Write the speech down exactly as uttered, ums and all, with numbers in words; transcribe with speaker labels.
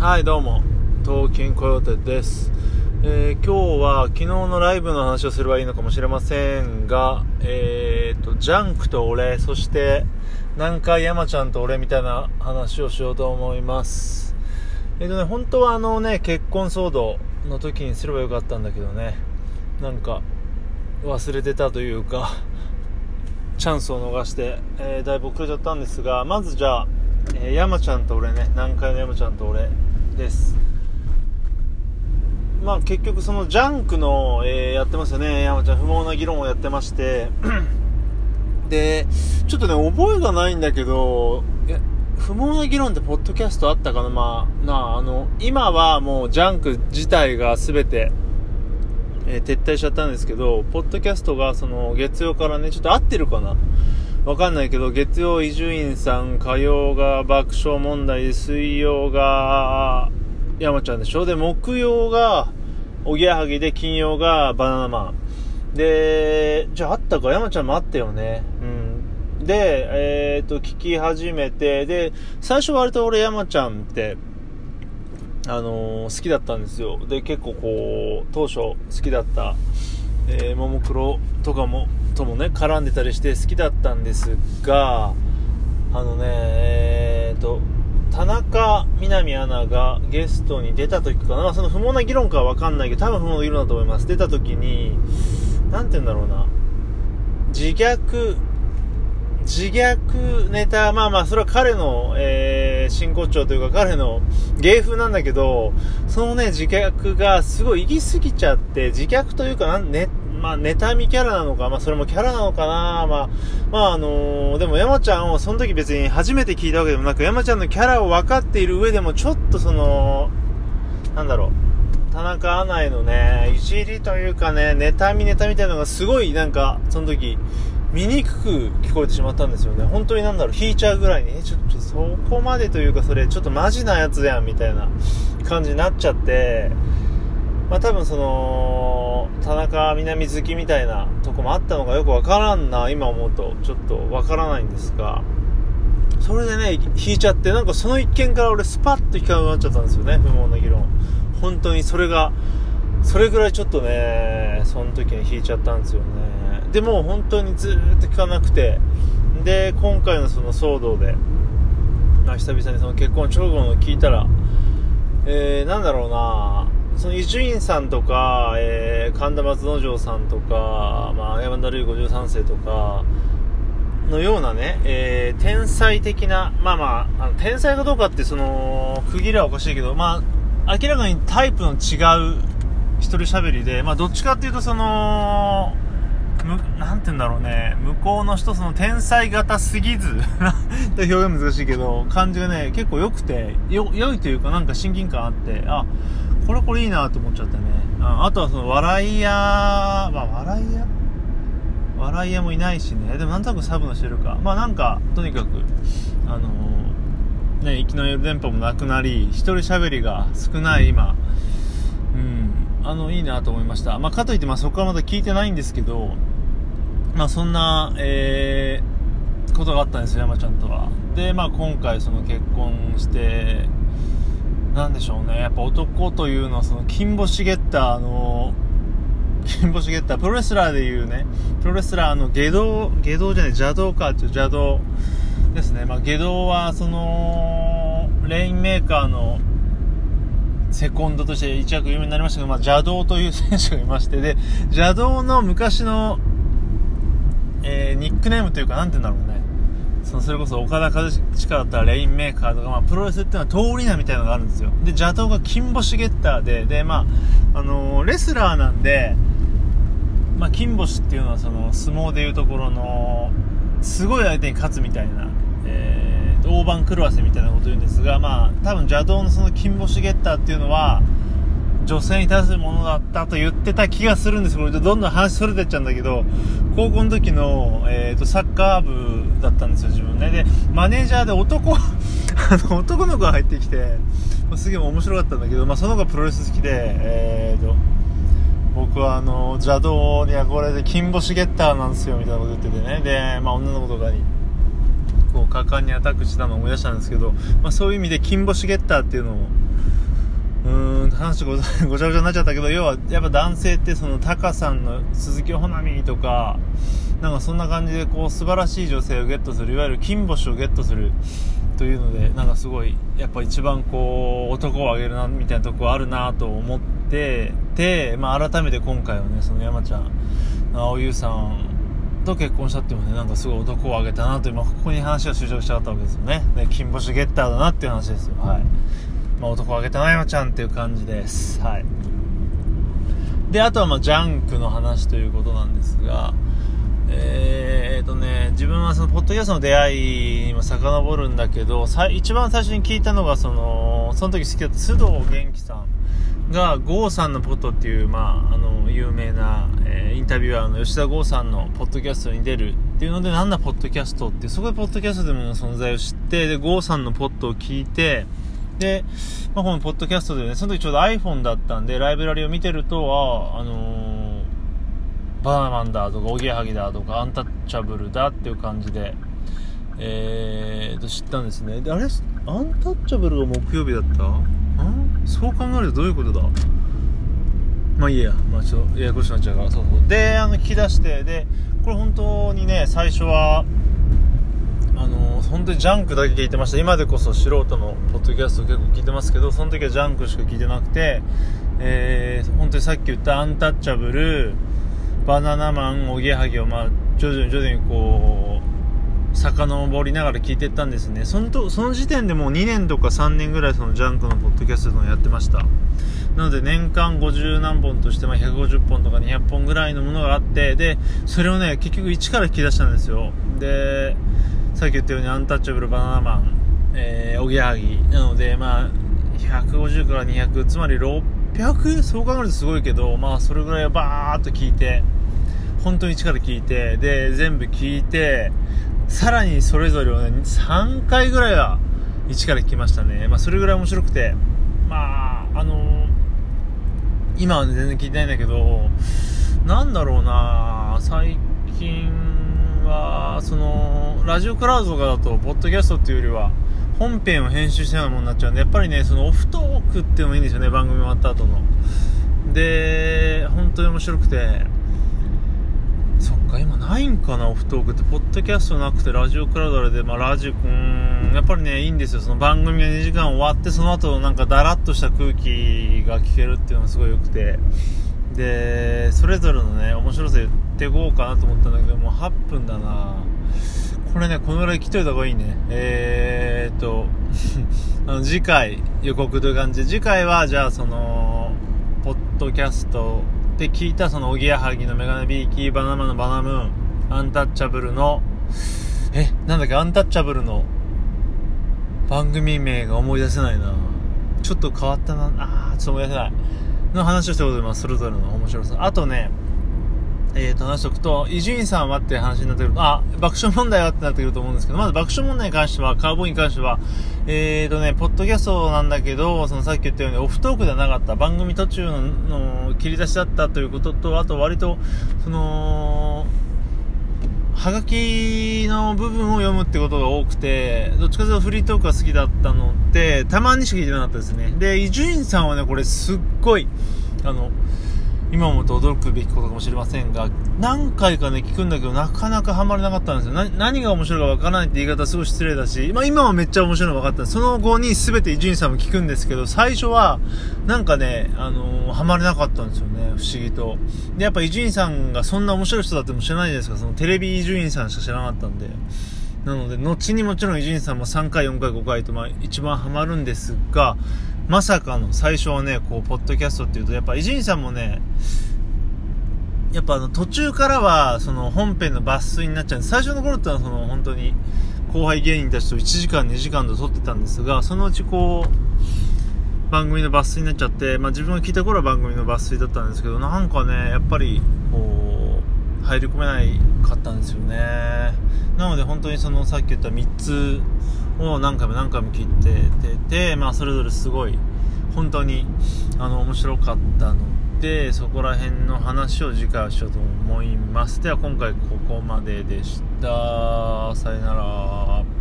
Speaker 1: はいどうも東京コヨーテです、えー、今日は昨日のライブの話をすればいいのかもしれませんが、えーとジャンクと俺、そして南海山ちゃんと俺みたいな話をしようと思います。えーとね本当はあのね結婚騒動の時にすればよかったんだけどね、なんか忘れてたというかチャンスを逃して、えー、だいぶ遅れちゃったんですが、まずじゃあ、えー、山ちゃんと俺ね、南海の山ちゃんと俺です。まあ結局そのジャンクの、えー、やってますよね、山ちゃん不毛な議論をやってましてでちょっとね覚えがないんだけど、え不毛な議論ってポッドキャストあったかな。まあなああの今はもうジャンク自体が全てえー、撤退しちゃったんですけど、ポッドキャストがその月曜からね、ちょっと合ってるかなわかんないけど、月曜伊集院さん、火曜が爆笑問題、水曜が山ちゃんでしょ、で木曜がおぎやはぎで、金曜がバナナマンで、じゃああったか、山ちゃんもあったよね。うんでえっと聞き始めて、で最初割と俺山ちゃんってあのー、好きだったんですよ。で結構こう当初好きだった、えー、ももクロとかもともね絡んでたりして好きだったんですが、あのねえーと田中みな実アナがゲストに出た時かな、まあ、その不毛な議論かは分かんないけど、多分不毛な議論だと思います。出た時になんて言うんだろうな、自虐自虐ネタ、まあまあそれは彼の、えー、真骨頂というか彼の芸風なんだけど、そのね自虐がすごい行き過ぎちゃって、自虐というかなんね、まあ妬みキャラなのか、まあそれもキャラなのかな、まあまああのー、でも山ちゃんをその時別に初めて聞いたわけでもなく、山ちゃんのキャラを分かっている上でもちょっとそのなんだろう、田中アナへのねいじりというかね、妬みネタみたいなのがすごいなんかその時見にくく聞こえてしまったんですよね。本当になんだろう、引いちゃうぐらいに、えちょっとそこまでというか、それちょっとマジなやつやんみたいな感じになっちゃって、まあ多分その田中みな実好きみたいなとこもあったのかよくわからんな、今思うとちょっとわからないんですが、それでね引いちゃって、なんかその一件から俺スパッと聞かなくなっちゃったんですよね、不毛な議論。本当にそれがそれぐらいちょっとねその時に引いちゃったんですよね。でも本当にずーっと聞かなくて、で今回のその騒動で、まあ、久々にその結婚直後の聞いたら、えー、なんだろうな、その伊集院さんとか、えー、神田松之丞さんとか、まあ、山田るいごじゅうさんせいとかのようなね、えー、天才的な、まあまあ、あの天才かどうかってその区切りはおかしいけど、まあ明らかにタイプの違う一人喋りで、まあどっちかっていうとそのなんて言うんだろうね、向こうの人その天才型すぎず表現難しいけど感じがね結構良くて、よ良いというか、なんか親近感あって、あこれこれいいなと思っちゃってね。 あ, あとはその笑い屋、まあ笑い屋笑い屋もいないしね、でもなんとなくサブのしてるか、まあなんかとにかくあのー、ね、生きの夜電波もなくなり一人喋りが少ない今、うんあのいいなと思いました。まあかといってまあそこからまだ聞いてないんですけど、まあそんな、えー、ことがあったんですよ、山ちゃんとは。でまあ今回その結婚して、なんでしょうね、やっぱ男というのはその金星ゲッターの金星ゲッタープロレスラーでいうね、プロレスラーの下道下道じゃない邪道かっていう邪道ですね。まあ下道はそのレインメーカーのセコンドとして一躍有名になりましたけど、まあ、邪道という選手がいまして、で邪道の昔の、えー、ニックネームというか、なんて言うんだろうね、そのそれこそ岡田和親だったらレインメーカーとか、まあ、プロレスっていうのは通り名みたいなのがあるんですよ。で邪道が金星ゲッターで、でまああのー、レスラーなんで、まあ、金星っていうのはその相撲でいうところのすごい相手に勝つみたいな、えー大番狂わせみたいなことを言うんですが、まあ多分邪道のその金星ゲッターっていうのは女性に対するものだったと言ってた気がするんです。これでどんどん話それてっちゃうんだけど、高校の時の、えー、とサッカー部だったんですよ自分ね。でマネージャーで男あの男の子が入ってきて、まあ、すげえ面白かったんだけど、まあ、その子がプロレス好きで、えー、と僕はあの邪道に憧れて金星ゲッターなんですよみたいなこと言っててね。で、まあ、女の子とかにこう果敢にアタックしたのを思い出したんですけど、まあ、そういう意味で金星ゲッターっていうのをうーん話ごちゃごちゃになっちゃったけど、要はやっぱ男性ってそのタカさんの鈴木保奈美とかなんかそんな感じでこう素晴らしい女性をゲットする、いわゆる金星をゲットするというので、なんかすごいやっぱ一番こう男をあげるなみたいなとこあるなと思ってて、まあ、改めて今回はねその山ちゃん青優さんと結婚したっていうのはね、なんかすごい男をあげたなと今ここに話が終着したかったわけですよね。で金星ゲッターだなっていう話ですよ。はい、まあ、男をあげたな山ちゃんっていう感じです。はい。であとはまあジャンクの話ということなんですが、えーとね、自分はそのポッドキャストの出会いにも遡るんだけど、さ一番最初に聞いたのがそのその時好きだった須藤元気さんがゴーさんのポッドっていう、まあ、あの有名な、えー、インタビュアーの吉田剛さんのポッドキャストに出るっていうので、なんだポッドキャストって、そこでポッドキャストでもの存在を知って、でゴーさんのポッドを聞いて、で、まあ、このポッドキャストでね、その時ちょうど iPhone だったんでライブラリを見てるとはあのー、バナナマンだとかおぎやはぎだとかアンタッチャブルだっていう感じで、えー、と知ったんですね。であれアンタッチャブルが木曜日だった？んそう考えるとどういうことだ。まあいいや、まあちょっとややこしくなっちゃうから、そうそうであの聞き出して、でこれ本当にね最初はあの本当にジャンクだけ聞いてました。今でこそ素人のポッドキャスト結構聞いてますけど、その時はジャンクしか聞いてなくて、えー、本当にさっき言ったアンタッチャブル、バナナマン、おぎやはぎを、まあ、徐々に徐々にこう遡りながら聞いていったんですね。そのとその時点でもうにねんとかさんねんぐらいそのジャンクのポッドキャストをやってました。なので年間ごじゅうなんぼんとして、まあ、ひゃくごじゅっぽんとかにひゃっぽんぐらいのものがあって、でそれをね結局一から聞き出したんですよ。でさっき言ったようにアンタッチャブル、バナナマン、えー、おぎやはぎなので、まあひゃくごじゅうからにひゃく、つまりろっぴゃく、そう考えるとすごいけど、まあそれぐらいをバーっと聞いて、本当に一から聞いて、で全部聞いて、さらにそれぞれをねさんかいぐらいは一から聞きましたね。まあそれぐらい面白くて、まああのー、今は、ね、全然聞いてないんだけど、なんだろうな、最近はそのラジオクラウドとかだとポッドキャストっていうよりは本編を編集したようなものになっちゃうんで、やっぱりねそのオフトークっていうのもいいんですよね、番組終わった後の。で本当に面白くて、そっか今ないんかなオフトークって、ポッドキャストなくてラジオクラウドで、まあラジオうーんやっぱりねいいんですよ。その番組がにじかん終わって、その後なんかダラッとした空気が聞けるっていうのがすごい良くて、でそれぞれのね面白さ言っていこうかなと思ったんだけど、もうはっぷんだなこれね。このぐらい来といた方がいいね。えーっとあの次回予告という感じで、次回はじゃあそのポッドキャストで聞いたそのおぎやはぎのメガネビーキー、バナナマンのバナムーン、アンタッチャブルのえなんだっけアンタッチャブルの番組名が思い出せないな。ちょっと変わったなあーちょっと思い出せないの話をしたことで、まあそれぞれの面白さ、あとねえーと話しておくと、伊集院さんはって話になってくると、あ爆笑問題はってなってくると思うんですけど、まず爆笑問題に関しては、カウボーイに関してはえーとねポッドキャストなんだけど、そのさっき言ったようにオフトークではなかった、番組途中 の, の切り出しだったということと、あと割とそのはがきの部分を読むってことが多くて、どっちかというとフリートークが好きだったのでたまにしか聞いてなかったですね。で伊集院さんはねこれすっごいあの今思うと驚くべきことかもしれませんが、何回かね聞くんだけどなかなかハマれなかったんですよ。な何が面白いかわからないって言い方はすごい失礼だし、まあ今はめっちゃ面白いの分かったんです。その後に全て伊集院さんも聞くんですけど、最初はなんかねあのー、ハマれなかったんですよね、不思議と。でやっぱ伊集院さんがそんな面白い人だっても知らないじゃないですか。そのテレビ伊集院さんしか知らなかったんで。なので後にもちろん伊集院さんもさんかいよんかいごかいとまあ一番ハマるんですが、まさかの最初はねこうポッドキャストっていうとやっぱ伊集院さんもねやっぱあの途中からはその本編の抜粋になっちゃうんです。最初の頃ってのはその本当に後輩芸人たちといちじかんにじかんと撮ってたんですが、そのうちこう番組の抜粋になっちゃって、まあ自分が聞いた頃は番組の抜粋だったんですけど、なんかねやっぱりこう入り込めないかったんですよね。なので本当にそのさっき言ったみっつを何回も何回も聞いてて、まあそれぞれすごい本当にあの面白かったので、そこら辺の話を次回はしようと思います。では今回ここまででした。さよなら。